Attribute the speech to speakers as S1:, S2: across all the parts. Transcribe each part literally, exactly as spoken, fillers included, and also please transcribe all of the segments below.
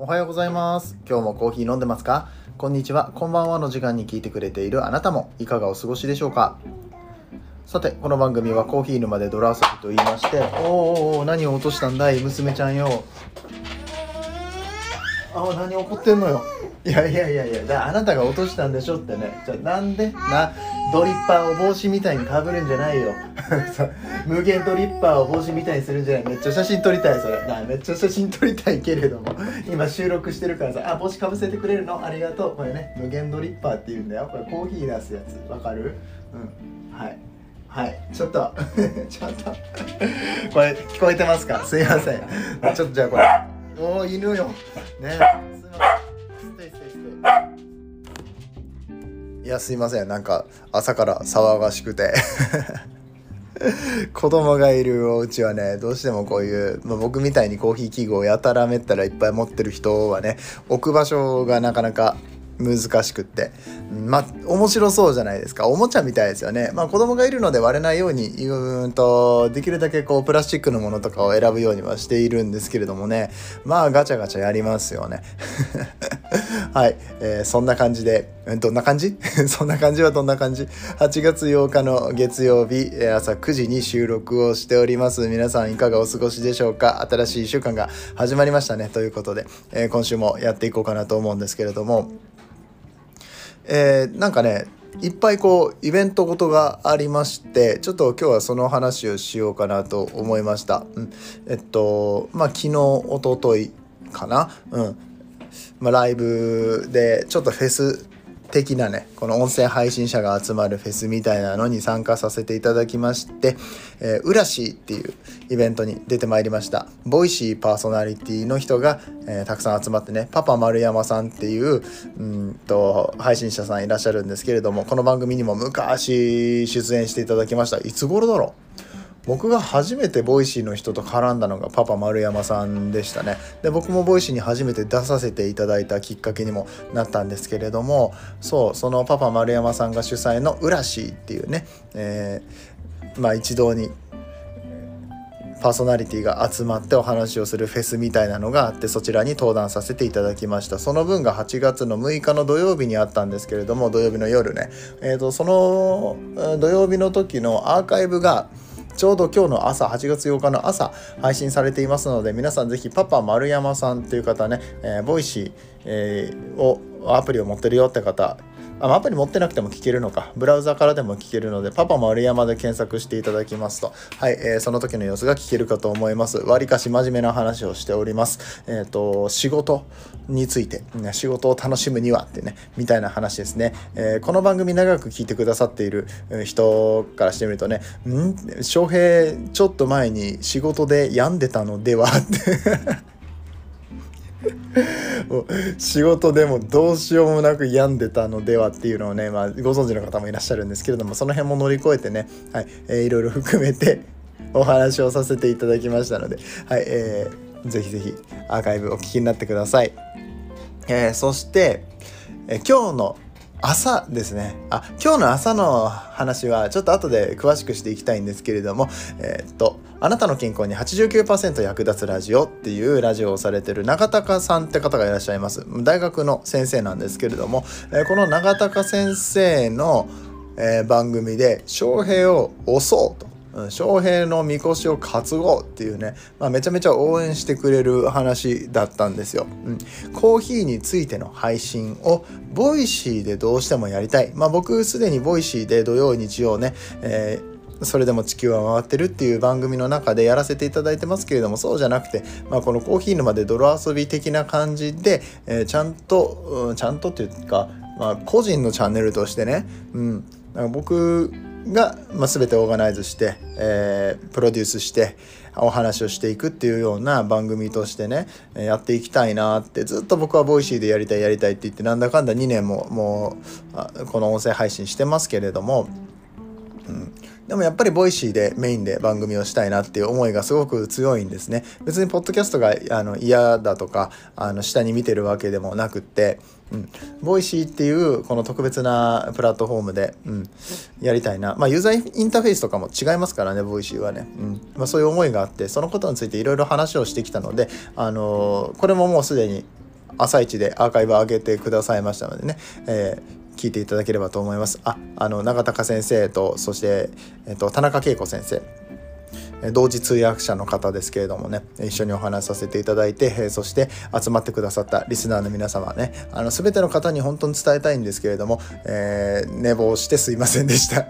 S1: おはようございます。今日もコーヒー飲んでますか？こんにちは、こんばんはの時間に聞いてくれているあなたもいかがお過ごしでしょうか？さて、この番組はコーヒー沼で泥遊びと言いまして、おーおーおー何を落としたんだい娘ちゃんよ。あ、何怒ってんのよ。いやいやいやいや、だあなたが落としたんでしょってね。じゃあなんでなドリッパーを帽子みたいにかぶるんじゃないよ。無限ドリッパーを帽子みたいにするんじゃない。めっちゃ写真撮りたいそれ。なめっちゃ写真撮りたいけれども、今収録してるからさ、あ帽子かぶせてくれるのありがとう。これね、無限ドリッパーって言うんだよ。これコーヒー出すやつ。わかる？うん。はい。はい、ちょっとちょっとこれ聞こえてますか？すいません。ちょっとじゃあこれ。おお犬よ。ね。いやすいません、なんか朝から騒がしくて子供がいるお家はね、どうしてもこういう、まあ、僕みたいにコーヒー器具をやたらめったらいっぱい持ってる人はね、置く場所がなかなか難しくって、まあ面白そうじゃないですか。おもちゃみたいですよね。まあ子供がいるので割れないようにうーんとできるだけこうプラスチックのものとかを選ぶようにはしているんですけれどもね、まあガチャガチャやりますよねはい、えー、そんな感じで、どんな感じそんな感じはどんな感じはちがつようかの月曜日朝くじに収録をしております。皆さんいかがお過ごしでしょうか？新しいいっしゅうかんが始まりましたね。ということで、えー、今週もやっていこうかなと思うんですけれども、えー、なんかねいっぱいこうイベントごとがありまして、ちょっと今日はその話をしようかなと思いました、うん、えっとまあ昨日一昨日かな、うんまあ、ライブでちょっとフェス的なね、この音声配信者が集まるフェスみたいなのに参加させていただきまして、えー、ウラシーっていうイベントに出てまいりました。ボイシーパーソナリティの人が、えー、たくさん集まってね、パパ丸山さんっていううんと配信者さんいらっしゃるんですけれども、この番組にも昔出演していただきました。いつ頃だろう。僕が初めてボイシーの人と絡んだのがパパ丸山さんでしたね。で僕もボイシーに初めて出させていただいたきっかけにもなったんですけれども、そうそのパパ丸山さんが主催のウラシーっていうね、えー、まあ一堂にパーソナリティが集まってお話をするフェスみたいなのがあって、そちらに登壇させていただきました。その分がはちがつのむいかの土曜日にあったんですけれども、土曜日の夜ね、えーとその土曜日の時のアーカイブがちょうど今日の朝はちがつようかの朝配信されていますので、皆さんぜひパパ丸山さんっていう方ね、えー、ボイシー、えー、をアプリを持ってるよって方、あアプリ持ってなくても聞けるのか、ブラウザからでも聞けるので、パパ丸山で検索していただきますと、はい、えー、その時の様子が聞けるかと思います。わりかし真面目な話をしております。えっと仕事について、仕事を楽しむにはってね、みたいな話ですね。えー、この番組長く聞いてくださっている人からしてみるとね、ん翔平ちょっと前に仕事で病んでたのではって仕事でもどうしようもなく病んでたのではっていうのをね、まあ、ご存知の方もいらっしゃるんですけれども、その辺も乗り越えてね、はいえー、いろいろ含めてお話をさせていただきましたので、はいえー、ぜひぜひアーカイブお聞きになってください。えー、そして、えー、今日の朝ですね。あ、今日の朝の話はちょっと後で詳しくしていきたいんですけれども、えー、っとあなたの健康に はちじゅうきゅうパーセント 役立つラジオっていうラジオをされてる永高さんって方がいらっしゃいます。大学の先生なんですけれども、えー、この永高先生の、えー、番組で翔平を押そうと、翔平のみこしを担ごうっていうね、まあ、めちゃめちゃ応援してくれる話だったんですよ、うん、コーヒーについての配信をボイシーでどうしてもやりたい。まあ僕すでにボイシーで土曜日曜ね、えーそれでも地球は回ってるっていう番組の中でやらせていただいてますけれども、そうじゃなくて、まあ、このコーヒー沼で泥遊び的な感じで、えー、ちゃんと、うん、ちゃんとっていうか、まあ、個人のチャンネルとしてね、うん、僕が、まあ、全てオーガナイズして、えー、プロデュースしてお話をしていくっていうような番組としてねやっていきたいなってずっと僕はボイシーでやりたいやりたいって言って、なんだかんだにねんももうこの音声配信してますけれども、うん、でもやっぱりボイシーでメインで番組をしたいなっていう思いがすごく強いんですね。別にポッドキャストがあの嫌だとかあの下に見てるわけでもなくって、うん、ボイシーっていうこの特別なプラットフォームで、うん、やりたいな。まあユーザーインターフェースとかも違いますからね、ボイシーはね、うんまあ、そういう思いがあって、そのことについていろいろ話をしてきたので、あのー、これももうすでに朝一でアーカイブ上げてくださいましたのでね、えー、聞いていただければと思います。あ、あの永高先生とそして、えー、と田中恵子先生、同時通訳者の方ですけれどもね、一緒にお話しさせていただいて、そして集まってくださったリスナーの皆様ね、あの全ての方に本当に伝えたいんですけれども、えー、寝坊してすいませんでした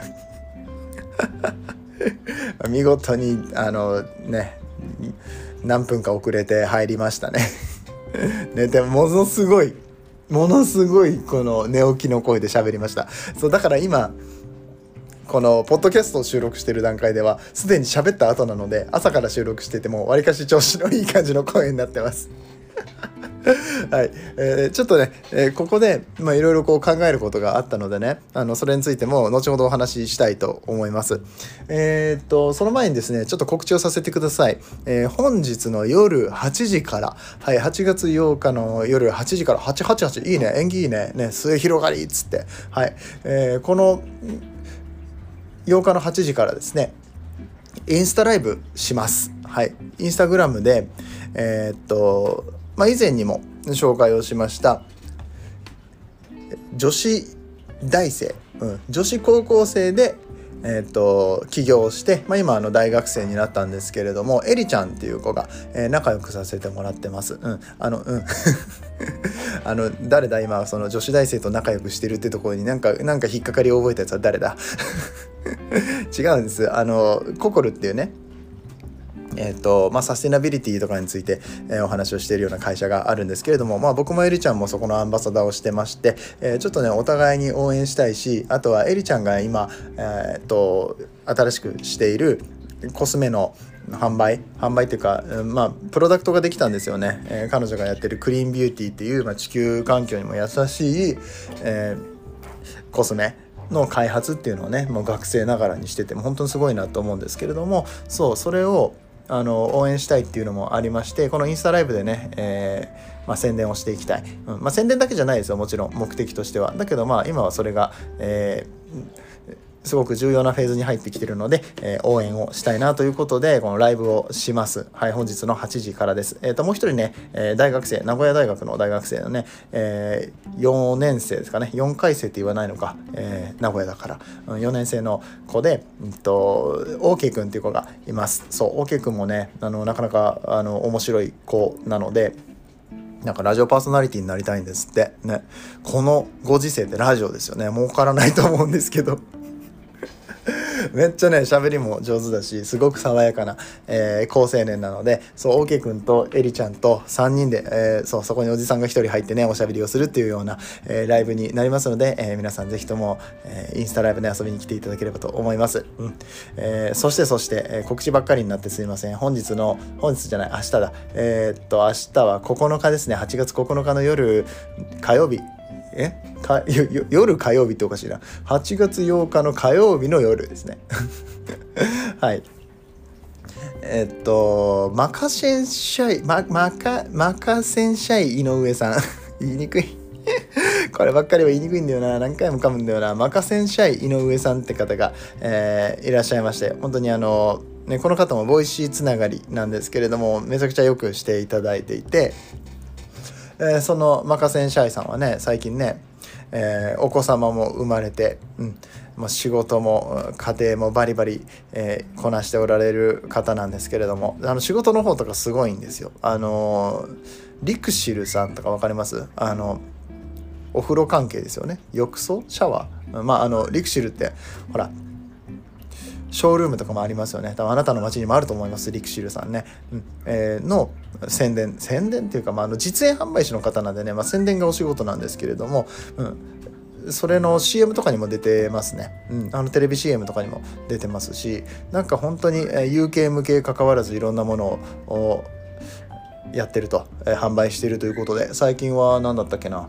S1: 見事にあのね何分か遅れて入りましたねね、でもものすごいものすごいこの寝起きの声で喋りました。そうだから今このポッドキャストを収録している段階ではすでに喋った後なので、朝から収録しててもわりかし調子のいい感じの声になってますはい、えー、ちょっとね、えー、ここでいろいろ考えることがあったのでね、あのそれについても後ほどお話ししたいと思います。えー、っとその前にですねちょっと告知をさせてください。えー、本日の夜はちじから、はい、はちがつようかの夜はちじから、はちはちはちいいね、縁起いいね、ね末広がりっつって、はい、えー、このようかのはちじからですねインスタライブします。はい、インスタグラムでえー、っとまあ以前にも紹介をしました女子大生、うん、女子高校生でえー、と起業して、まあ、今あの大学生になったんですけれども、エリちゃんっていう子が、えー、仲良くさせてもらってます。うん、あのうんあの誰だ今その女子大生と仲良くしてるってところになんかなんか引っかかりを覚えたやつは誰だ違うんです。あのココルっていうね、えーとまあ、サステナビリティとかについて、えー、お話をしているような会社があるんですけれども、まあ、僕もエリちゃんもそこのアンバサダーをしてまして、えー、ちょっとねお互いに応援したいし、あとはエリちゃんが今、えー、と新しくしているコスメの販売販売っていうか、まあ、プロダクトができたんですよね。えー、彼女がやってるクリーンビューティーっていう、まあ、地球環境にも優しい、えー、コスメの開発っていうのをねもう学生ながらにしてても本当にすごいなと思うんですけれども、そうそれをあの応援したいっていうのもありまして、このインスタライブでね、えーまあ、宣伝をしていきたい、うんまあ、宣伝だけじゃないですよもちろん目的としては。だけどまあ今はそれが、えーすごく重要なフェーズに入ってきているので、えー、応援をしたいなということでこのライブをします。はい、本日のはちじからです。えー、ともう一人ね、えー、大学生名古屋大学の大学生のね、えー、よねん生ですかね、よんかい生って言わないのか、えー、名古屋だから、うん、よねん生の子で、うんと、OK 君っていう子がいます。そう OK 君もねあのなかなかあの面白い子なので、なんかラジオパーソナリティになりたいんですってね。このご時世ってラジオですよね。儲からないと思うんですけどめっちゃね喋りも上手だしすごく爽やかな、えー、好青年なので、そう OK 君とエリちゃんとさんにんで、えー、そうそこにおじさんがひとり入ってねおしゃべりをするっていうような、えー、ライブになりますので、えー、皆さんぜひとも、えー、インスタライブで遊びに来ていただければと思います。うんえー、そしてそして、えー、告知ばっかりになってすいません。本日の本日じゃない明日だえー、っと明日はここのかですね。はちがつここのかの夜火曜日えか夜火曜日っておかしいな。はちがつようかの火曜日の夜ですねはいえっとマカセンシャイママカマカセンシャイ井上さん言いにくいこればっかりは言いにくいんだよな。何回も噛むんだよな。マカセンシャイ井上さんって方が、えー、いらっしゃいまして、本当にあのねこの方もボイシーつながりなんですけれどもめちゃくちゃよくしていただいていて、えー、そのマカセンシャイさんはね最近ね、えー、お子様も生まれて、うんまあ、仕事も家庭もバリバリ、えー、こなしておられる方なんですけれども、あの仕事の方とかすごいんですよ。あのリクシルさんとか分かります？あのお風呂関係ですよね。浴槽シャワー、まああのリクシルってほらショールームとかもありますよね。多分あなたの街にもあると思います。リクシルさんね、うんえー、の宣伝宣伝っていうか、まあ、あの実演販売士の方なんでね、まあ、宣伝がお仕事なんですけれども、うん、それの シーエム とかにも出てますね、うん、あのテレビ シーエム とかにも出てますし、なんか本当に ユーケー 向け関わらずいろんなものをやってると、えー、販売しているということで、最近は何だったっけな、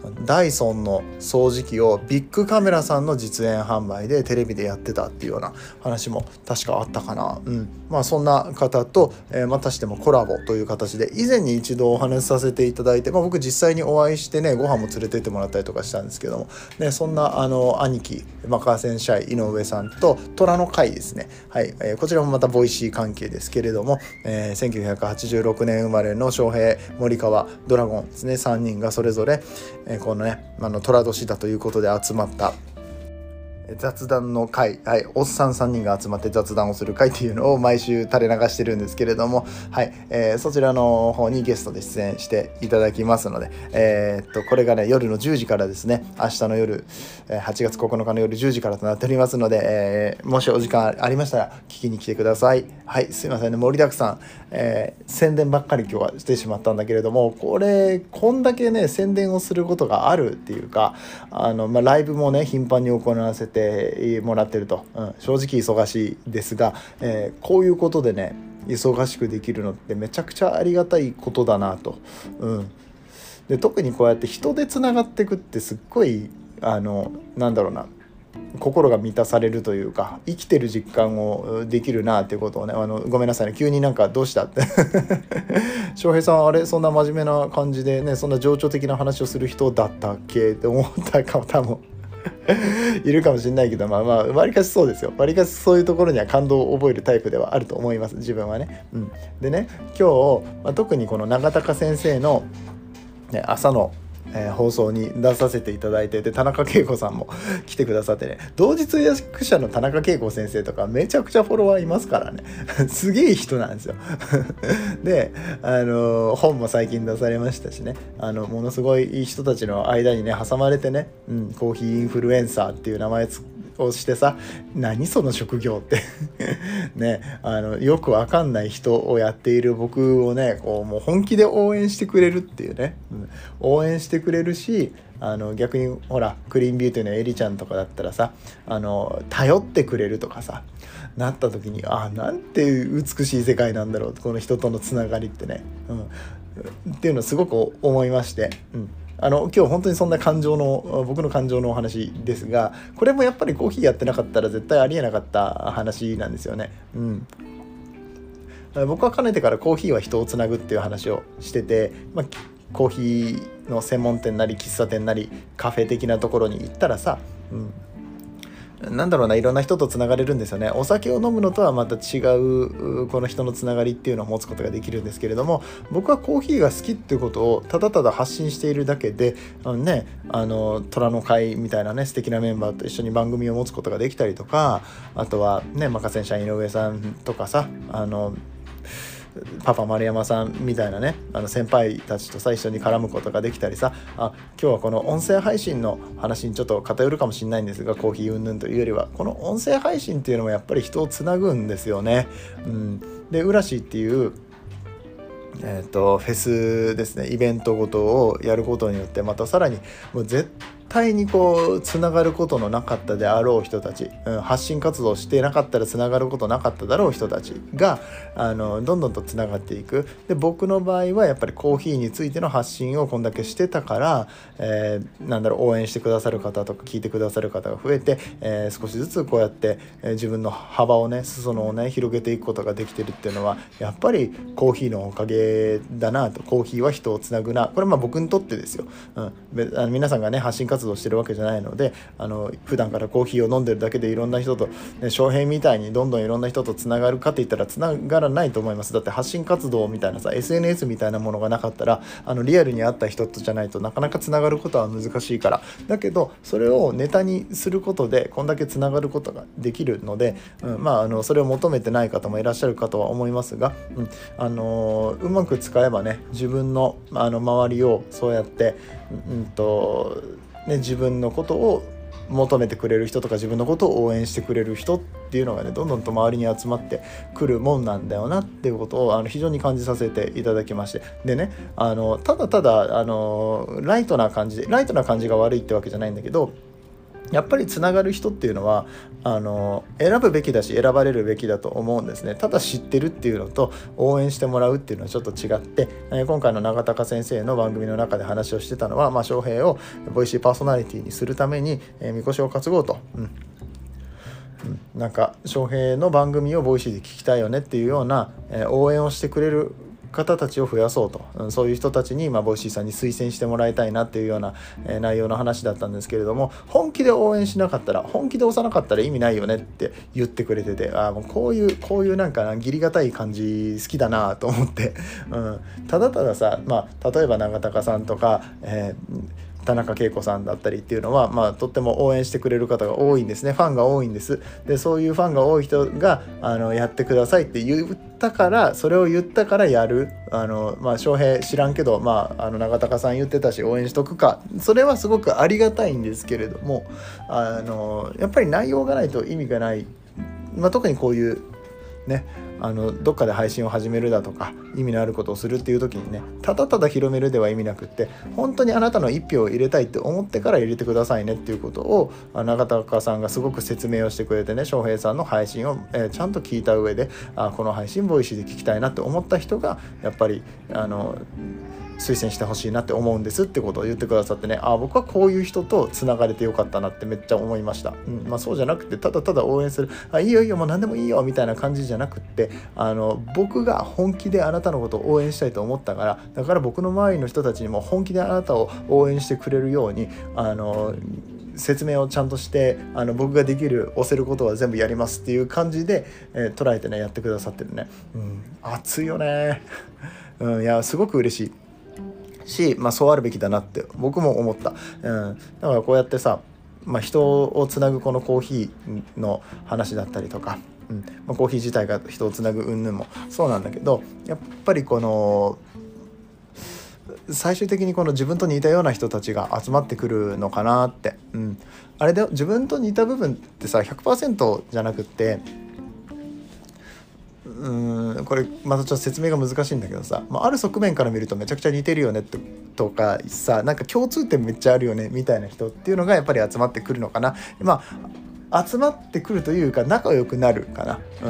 S1: ダイソンの掃除機をビッグカメラさんの実演販売でテレビでやってたっていうような話も確かあったかな。うん、まあそんな方と、えー、またしてもコラボという形で以前に一度お話しさせていただいて、まあ、僕実際にお会いしてねご飯も連れてってもらったりとかしたんですけども、ね、そんなあの兄貴マカセンシャイ井上さんと虎の会ですね、はい、えー、こちらもまたボイシー関係ですけれども、えー、せんきゅうひゃくはちじゅうろくねん生まれの翔平森川ドラゴンですねさんにんがそれぞれ、えー、このねあの寅年だということで集まった雑談の会、はい、おっさんさんにんが集まって雑談をする会っていうのを毎週垂れ流してるんですけれども、はい、えー、そちらの方にゲストで出演していただきますので、えー、っとこれがね夜のじゅうじからですね、明日の夜はちがつここのかの夜じゅうじからとなっておりますので、えー、もしお時間ありましたら聞きに来てください。はい、すいませんね、盛りだくさん、えー、宣伝ばっかり今日はしてしまったんだけれども、これこんだけね宣伝をすることがあるっていうか、あの、まあ、ライブもね頻繁に行わせてもらってると、うん、正直忙しいですが、えー、こういうことでね忙しくできるのってめちゃくちゃありがたいことだなと、うん、で特にこうやって人でつながっていくってすっごいあのなんだろうな心が満たされるというか生きてる実感をできるなっていうことをね、あのごめんなさいね急になんかどうしたって翔平さんあれそんな真面目な感じでねそんな情緒的な話をする人だったっけって思った方もいるかもしれないけど、まあまあわりかしそうですよ。わりかしそういうところには感動を覚えるタイプではあると思います、自分はね。うん、でね今日、まあ、特にこの永高先生の、ね、朝のえー、放送に出させていただいて、で田中恵子さんも来てくださってね、同時通訳者の田中恵子先生とかめちゃくちゃフォロワーいますからねすげえ人なんですよで、あのー、本も最近出されましたしね、あのものすごいいい人たちの間にね挟まれてね、うん、コーヒーインフルエンサーっていう名前つをしてさ、何その職業ってね、あのよくわかんない人をやっている僕をねこうもう本気で応援してくれるっていうね、うん、応援してくれるし、あの逆にほらクリーンビューティーのエリちゃんとかだったらさ、あの頼ってくれるとかさなった時に、あなんて美しい世界なんだろう、この人とのつながりってね、うん、っていうのをすごく思いまして、うんあの今日本当にそんな感情の僕の感情のお話ですが、これもやっぱりコーヒーやってなかったら絶対ありえなかった話なんですよね。うん、僕はかねてからコーヒーは人をつなぐっていう話をしてて、まあ、コーヒーの専門店なり喫茶店なりカフェ的なところに行ったらさ、うんなんだろうないろんな人とつながれるんですよね。お酒を飲むのとはまた違うこの人のつながりっていうのを持つことができるんですけれども、僕はコーヒーが好きっていうことをただただ発信しているだけで、あのねあの虎の会みたいなね素敵なメンバーと一緒に番組を持つことができたりとか、あとはねマカセン社員井上さんとかさ、あのパパ丸山さんみたいなねあの先輩たちとさ一緒に絡むことができたりさ、あ今日はこの音声配信の話にちょっと偏るかもしれないんですが、コーヒー云々というよりはこの音声配信っていうのもやっぱり人をつなぐんですよね。うん、でウラシっていうえー、とフェスですね、イベントごとをやることによってまたさらにもう絶対にこうつながることのなかったであろう人たち、うん、発信活動してなかったらつながることなかっただろう人たちがあのどんどんとつながっていく。で僕の場合はやっぱりコーヒーについての発信をこんだけしてたから、えー、なんだろう応援してくださる方とか聞いてくださる方が増えて、えー、少しずつこうやって、えー、自分の幅をね裾野をね広げていくことができてるっていうのはやっぱりコーヒーのおかげだなと。コーヒーは人をつなぐな、これまあ僕にとってですよ、うん、あの皆さんがね発信活動してるわけじゃないので、あの普段からコーヒーを飲んでるだけでいろんな人と、ね、翔平みたいにどんどんいろんな人とつながるかって言ったらつながらないと思います。だって発信活動みたいなさ エスエヌエス みたいなものがなかったらあのリアルに会った人とじゃないとなかなかつながることは難しいから、だけどそれをネタにすることでこんだけつながることができるので、うん、まああのそれを求めてない方もいらっしゃるかとは思いますが、うん、あのうまく使えばね自分のあの周りをそうやって、うんとね、自分のことを求めてくれる人とか自分のことを応援してくれる人っていうのがねどんどんと周りに集まってくるもんなんだよなっていうことをあの非常に感じさせていただきまして、でねあのただただあのライトな感じでライトな感じが悪いってわけじゃないんだけど、 やっぱりつながる人っていうのはあの選ぶべきだし選ばれるべきだと思うんですね。ただ知ってるっていうのと応援してもらうっていうのはちょっと違って、えー、今回の永高先生の番組の中で話をしてたのは、まあ、翔平をボイシーパーソナリティにするために、えー、みこしを担ごうと、うんうん、なんか翔平の番組をボイシーで聞きたいよねっていうような、えー、応援をしてくれる方たちを増やそうと、うん、そういう人たちに、まあ、ボイシーさんに推薦してもらいたいなっていうような、えー、内容の話だったんですけれども、本気で応援しなかったら本気で押さなかったら意味ないよねって言ってくれてて、あもうこういうこういうなんかな義理がたい感じ好きだなと思って、うん、ただたださ、まあ、例えば永高さんとか、えー田中恵子さんだったりっていうのは、まあ、とっても応援してくれる方が多いんですね。ファンが多いんです。でそういうファンが多い人があのやってくださいって言ったから、それを言ったからやる。あのまあ翔平知らんけど、まあ、あの永高さん言ってたし応援しとくか、それはすごくありがたいんですけれども、あのやっぱり内容がないと意味がない、まあ、特にこういうね、あのどっかで配信を始めるだとか意味のあることをするっていう時にね、ただただ広めるでは意味なくって、本当にあなたの一票を入れたいって思ってから入れてくださいねっていうことを永高さんがすごく説明をしてくれてね、翔平さんの配信を、えー、ちゃんと聞いた上で、あこの配信ボイシーで聞きたいなって思った人がやっぱりあの推薦してほしいなって思うんですってことを言ってくださってね、あ僕はこういう人とつながれてよかったなってめっちゃ思いました。うんまあ、そうじゃなくてただただ応援する、あいいよいいよもう何でもいいよみたいな感じじゃなくって、あの僕が本気であなたのことを応援したいと思ったから、だから僕の周りの人たちにも本気であなたを応援してくれるようにあの説明をちゃんとして、あの僕ができる押せることは全部やりますっていう感じで、えー、捉えてねやってくださってるね、うん、熱いよね、うん、いやすごく嬉しいし、まあ、そうあるべきだなって僕も思った、うん、だからこうやってさ、まあ、人をつなぐこのコーヒーの話だったりとか、うんまあ、コーヒー自体が人をつなぐ云々もそうなんだけど、やっぱりこの最終的にこの自分と似たような人たちが集まってくるのかなって、うん、あれで自分と似た部分ってさ ひゃくパーセント じゃなくってうーんこれまたちょっと説明が難しいんだけどさ、まあ、ある側面から見るとめちゃくちゃ似てるよねってとかさ、なんか共通点めっちゃあるよねみたいな人っていうのがやっぱり集まってくるのかな。まあ集まってくるというか仲良くなるかな、うん、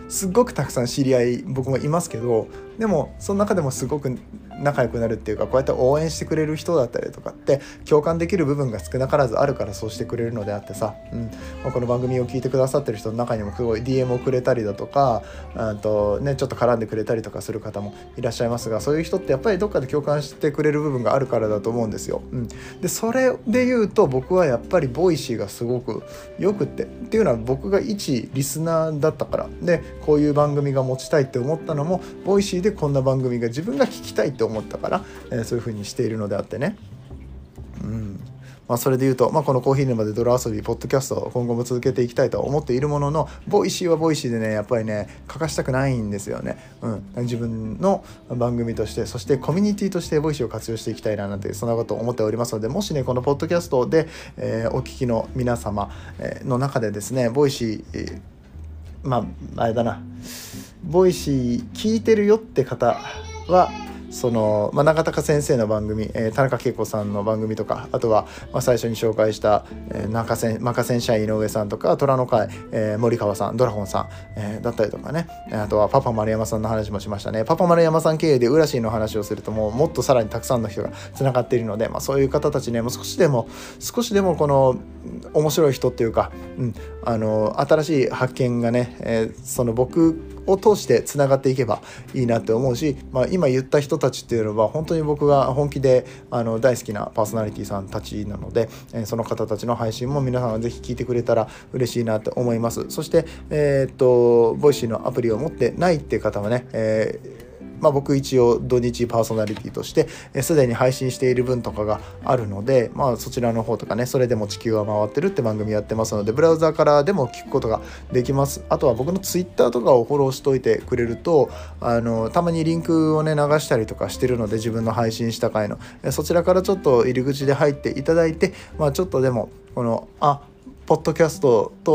S1: すっごくたくさん知り合い僕もいますけど、でもその中でもすごく仲良くなるっていうか、こうやって応援してくれる人だったりとかって共感できる部分が少なからずあるからそうしてくれるのであってさ、うんまあ、この番組を聞いてくださってる人の中にもすごい ディーエム をくれたりだとか、あと、ね、ちょっと絡んでくれたりとかする方もいらっしゃいますが、そういう人ってやっぱりどっかで共感してくれる部分があるからだと思うんですよ、うん、でそれで言うと僕はやっぱりボイシーがすごくよくってっていうのは僕が一リスナーだったからで、こういう番組が持ちたいって思ったのもボイシーでこんな番組が自分が聞きたいって思ったから、えー、そういう風にしているのであってね、うんまあ、それで言うと、まあ、このコーヒー沼で泥遊びポッドキャストを今後も続けていきたいとは思っているものの、ボイシーはボイシーでねやっぱりね欠かしたくないんですよね、うん、自分の番組としてそしてコミュニティとしてボイシーを活用していきたいななんてそんなことを思っておりますので、もしねこのポッドキャストで、えー、お聞きの皆様の中でですねボイシー、えー、まああれだなボイシー聞いてるよって方はその、まあ、永高先生の番組、えー、田中恵子さんの番組とか、あとは、まあ、最初に紹介した、えー、中線マカセン社員井上さんとか虎の会、えー、森川さんドラゴンさん、えー、だったりとかね、あとはパパ丸山さんの話もしましたね。パパ丸山さん経営でウラシーの話をするともうもっとさらにたくさんの人がつながっているので、まあ、そういう方たちねもう少しでも少しでもこの面白い人っていうか、うん、あの新しい発見がね、えー、その僕を通してつながっていけばいいなって思うし、まあ、今言った人たちっていうのは本当に僕が本気であの大好きなパーソナリティさんたちなので、えー、その方たちの配信も皆さんはぜひ聞いてくれたら嬉しいなって思います。そして、えー、っとボイシーのアプリを持ってないっていう方はね、えーまあ、僕一応土日パーソナリティとしてすでに配信している分とかがあるので、まあ、そちらの方とかねそれでも地球は回ってるって番組やってますのでブラウザからでも聞くことができます。あとは僕のツイッターとかをフォローしといてくれるとあのたまにリンクをね流したりとかしてるので、自分の配信した回のそちらからちょっと入り口で入っていただいて、まあ、ちょっとでもこのあポッドキャストと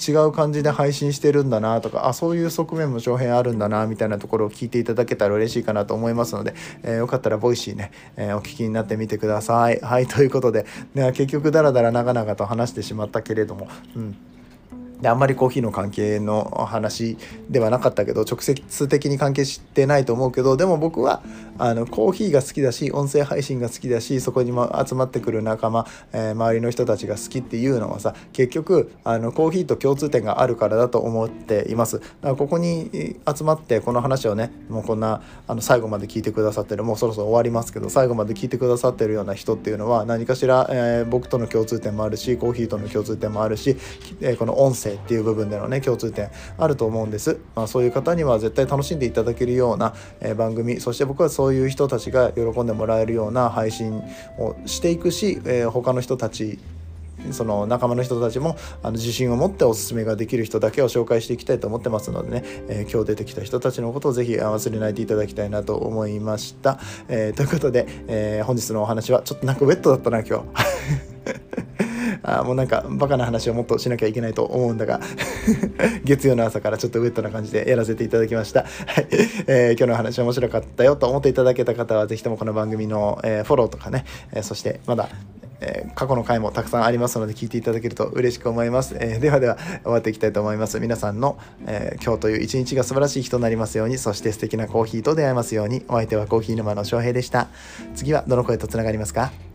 S1: 違う感じで配信してるんだなとか、あそういう側面も翔平あるんだなみたいなところを聞いていただけたら嬉しいかなと思いますので、えー、よかったらボイシーね、えー、お聞きになってみてください。はいということで、ね、結局ダラダラ長々と話してしまったけれども、うんであんまりコーヒーの関係の話ではなかったけど、直接的に関係してないと思うけど、でも僕はあのコーヒーが好きだし、音声配信が好きだし、そこにも集まってくる仲間、えー、周りの人たちが好きっていうのはさ、結局あのコーヒーと共通点があるからだと思っています。だからここに集まってこの話をね、もうこんなあの最後まで聞いてくださってる、もうそろそろ終わりますけど、最後まで聞いてくださってるような人っていうのは何かしら、えー、僕との共通点もあるし、コーヒーとの共通点もあるし、えー、この音声っていう部分でのね共通点あると思うんです。まあ、そういう方には絶対楽しんでいただけるような、えー、番組、そして僕はそういう人たちが喜んでもらえるような配信をしていくし、えー、他の人たちその仲間の人たちもあの自信を持っておすすめができる人だけを紹介していきたいと思ってますのでね、えー、今日出てきた人たちのことをぜひ忘れないでいただきたいなと思いました。えー、ということで、えー、本日のお話はちょっとなんかウェットだったな今日あもうなんかバカな話をもっとしなきゃいけないと思うんだが月曜の朝からちょっとウェットな感じでやらせていただきました。はい、えー、今日の話面白かったよと思っていただけた方はぜひともこの番組の、えー、フォローとかね、えー、そしてまだえー、過去の回もたくさんありますので聞いていただけると嬉しく思います。えー、ではでは終わっていきたいと思います。皆さんの、えー、今日という一日が素晴らしい日となりますように、そして素敵なコーヒーと出会えますように。お相手はコーヒー沼の翔平でした。次はどの声とつながりますか？